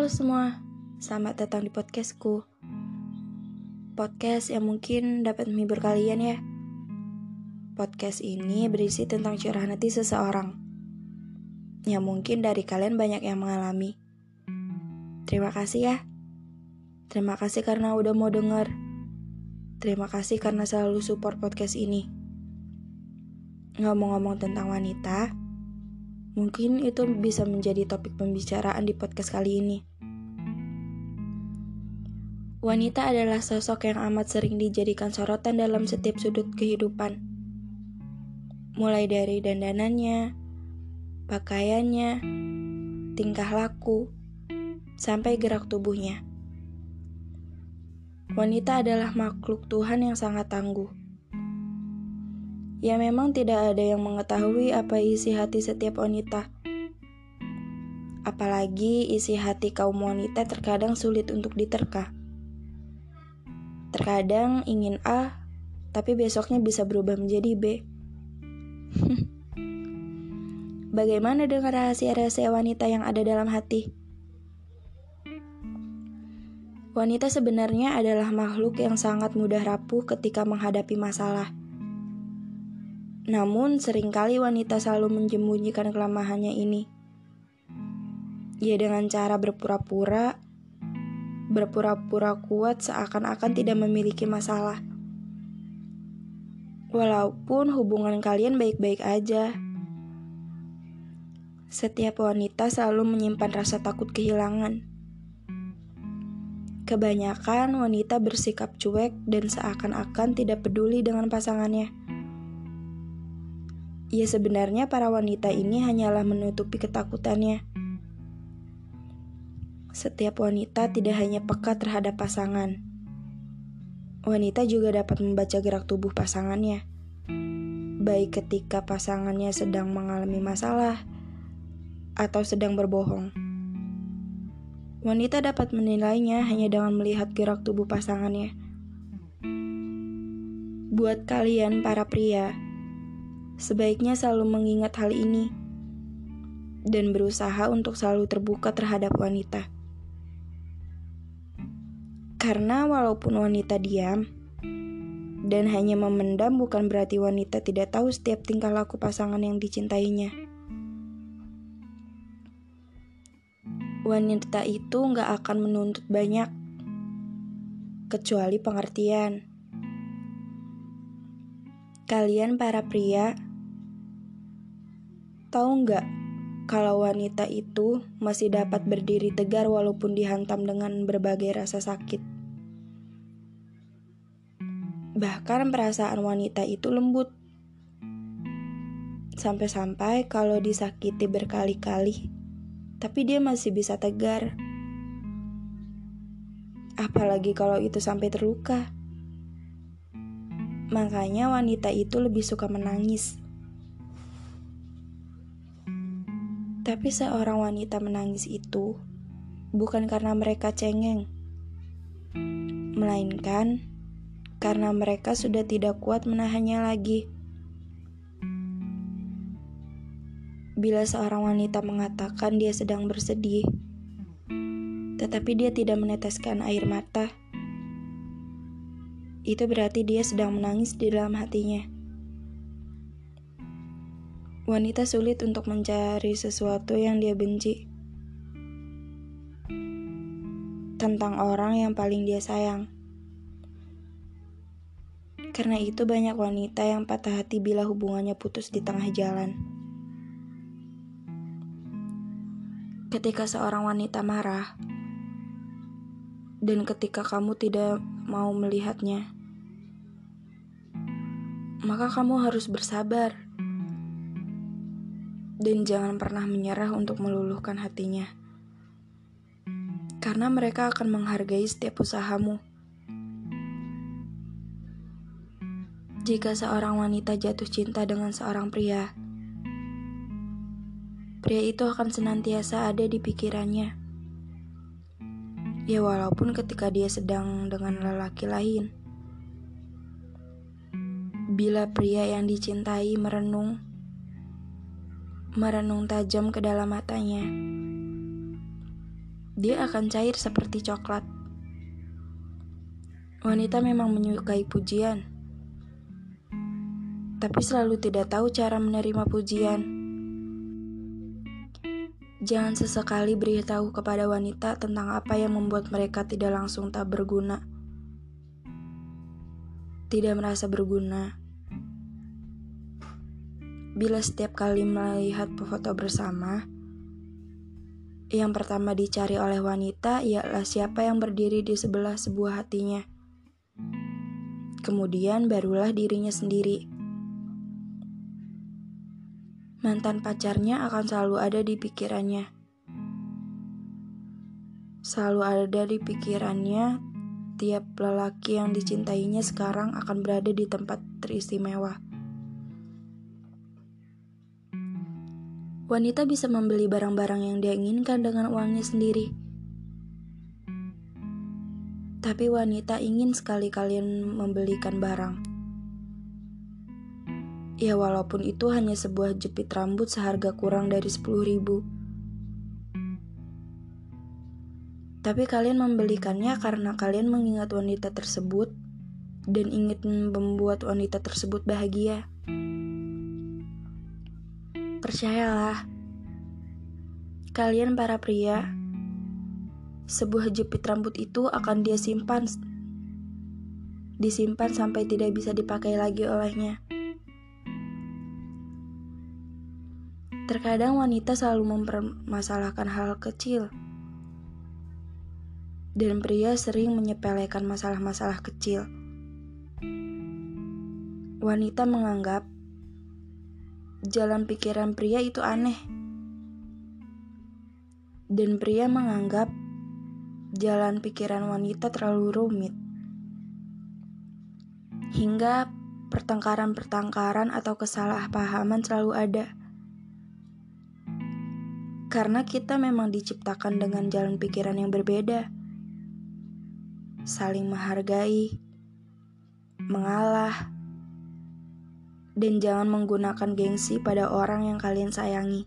Halo semua, selamat datang di podcastku. Podcast yang mungkin dapat menghibur kalian ya. Podcast ini berisi tentang curahan hati seseorang yang mungkin dari kalian banyak yang mengalami. Terima kasih ya. Terima kasih karena udah mau denger. Terima kasih karena selalu support podcast ini. Ngomong-ngomong tentang wanita, mungkin itu bisa menjadi topik pembicaraan di podcast kali ini. Wanita adalah sosok yang amat sering dijadikan sorotan dalam setiap sudut kehidupan. Mulai dari dandanannya, pakaiannya, tingkah laku, sampai gerak tubuhnya. Wanita adalah makhluk Tuhan yang sangat tangguh. Ya memang tidak ada yang mengetahui apa isi hati setiap wanita. Apalagi isi hati kaum wanita terkadang sulit untuk diterka. Terkadang ingin A, tapi besoknya bisa berubah menjadi B. Bagaimana dengan rahasia-rahasia wanita yang ada dalam hati? Wanita sebenarnya adalah makhluk yang sangat mudah rapuh ketika menghadapi masalah. Namun seringkali wanita selalu menyembunyikan kelemahannya ini. Ya dengan cara berpura-pura kuat seakan-akan tidak memiliki masalah. Walaupun hubungan kalian baik-baik aja. Setiap wanita selalu menyimpan rasa takut kehilangan. Kebanyakan wanita bersikap cuek dan seakan-akan tidak peduli dengan pasangannya. Ya sebenarnya para wanita ini hanyalah menutupi ketakutannya. Setiap wanita tidak hanya peka terhadap pasangan. Wanita juga dapat membaca gerak tubuh pasangannya. Baik ketika pasangannya sedang mengalami masalah atau sedang berbohong. Wanita dapat menilainya hanya dengan melihat gerak tubuh pasangannya. Buat kalian para pria, sebaiknya selalu mengingat hal ini dan berusaha untuk selalu terbuka terhadap wanita. Karena walaupun wanita diam dan hanya memendam bukan berarti wanita tidak tahu setiap tingkah laku pasangan yang dicintainya. Wanita itu gak akan menuntut banyak, kecuali pengertian. Kalian para pria, tahu gak kalau wanita itu masih dapat berdiri tegar walaupun dihantam dengan berbagai rasa sakit. Bahkan perasaan wanita itu lembut. Sampai-sampai kalau disakiti berkali-kali, tapi dia masih bisa tegar. Apalagi kalau itu sampai terluka. Makanya wanita itu lebih suka menangis. Tapi seorang wanita menangis itu bukan karena mereka cengeng, melainkan karena mereka sudah tidak kuat menahannya lagi. Bila seorang wanita mengatakan dia sedang bersedih, tetapi dia tidak meneteskan air mata, itu berarti dia sedang menangis di dalam hatinya. Wanita sulit untuk mencari sesuatu yang dia benci tentang orang yang paling dia sayang. Karena itu banyak wanita yang patah hati bila hubungannya putus di tengah jalan. Ketika seorang wanita marah, dan ketika kamu tidak mau melihatnya, maka kamu harus bersabar. Dan jangan pernah menyerah untuk meluluhkan hatinya. Karena mereka akan menghargai setiap usahamu. Jika seorang wanita jatuh cinta dengan seorang pria, pria itu akan senantiasa ada di pikirannya. Ya walaupun ketika dia sedang dengan lelaki lain. Bila pria yang dicintai merenung tajam ke dalam matanya, dia akan cair seperti coklat. Wanita memang menyukai pujian, tapi selalu tidak tahu cara menerima pujian. Jangan sesekali beritahu kepada wanita tentang apa yang membuat mereka tidak langsung tak berguna. Tidak merasa berguna. Bila setiap kali melihat foto bersama, yang pertama dicari oleh wanita ialah siapa yang berdiri di sebelah sebuah hatinya. Kemudian barulah dirinya sendiri. Mantan pacarnya akan selalu ada di pikirannya. Selalu ada di pikirannya, tiap lelaki yang dicintainya sekarang akan berada di tempat teristimewa. Wanita bisa membeli barang-barang yang dia inginkan dengan uangnya sendiri. Tapi wanita ingin sekali kalian membelikan barang. Ya walaupun itu hanya sebuah jepit rambut seharga kurang dari 10.000. Tapi kalian membelikannya karena kalian mengingat wanita tersebut dan ingin membuat wanita tersebut bahagia. Percayalah, kalian para pria, sebuah jepit rambut itu akan dia disimpan sampai tidak bisa dipakai lagi olehnya. Terkadang wanita selalu mempermasalahkan hal kecil, dan pria sering menyepelekan masalah-masalah kecil. Wanita menganggap jalan pikiran pria itu aneh, dan pria menganggap jalan pikiran wanita terlalu rumit. Hingga pertengkaran-pertengkaran atau kesalahpahaman selalu ada. Karena kita memang diciptakan dengan jalan pikiran yang berbeda. Saling menghargai, mengalah, dan jangan menggunakan gengsi pada orang yang kalian sayangi.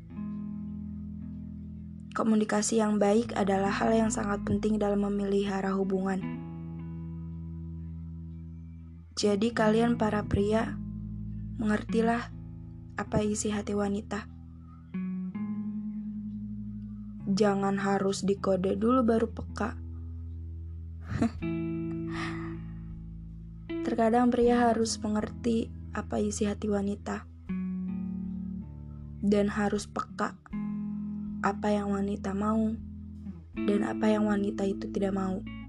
Komunikasi yang baik adalah hal yang sangat penting dalam memelihara hubungan. Jadi kalian para pria, mengertilah apa isi hati wanita. Jangan harus dikode dulu baru peka. Terkadang pria harus mengerti apa isi hati wanita. Dan harus peka apa yang wanita mau dan apa yang wanita itu tidak mau.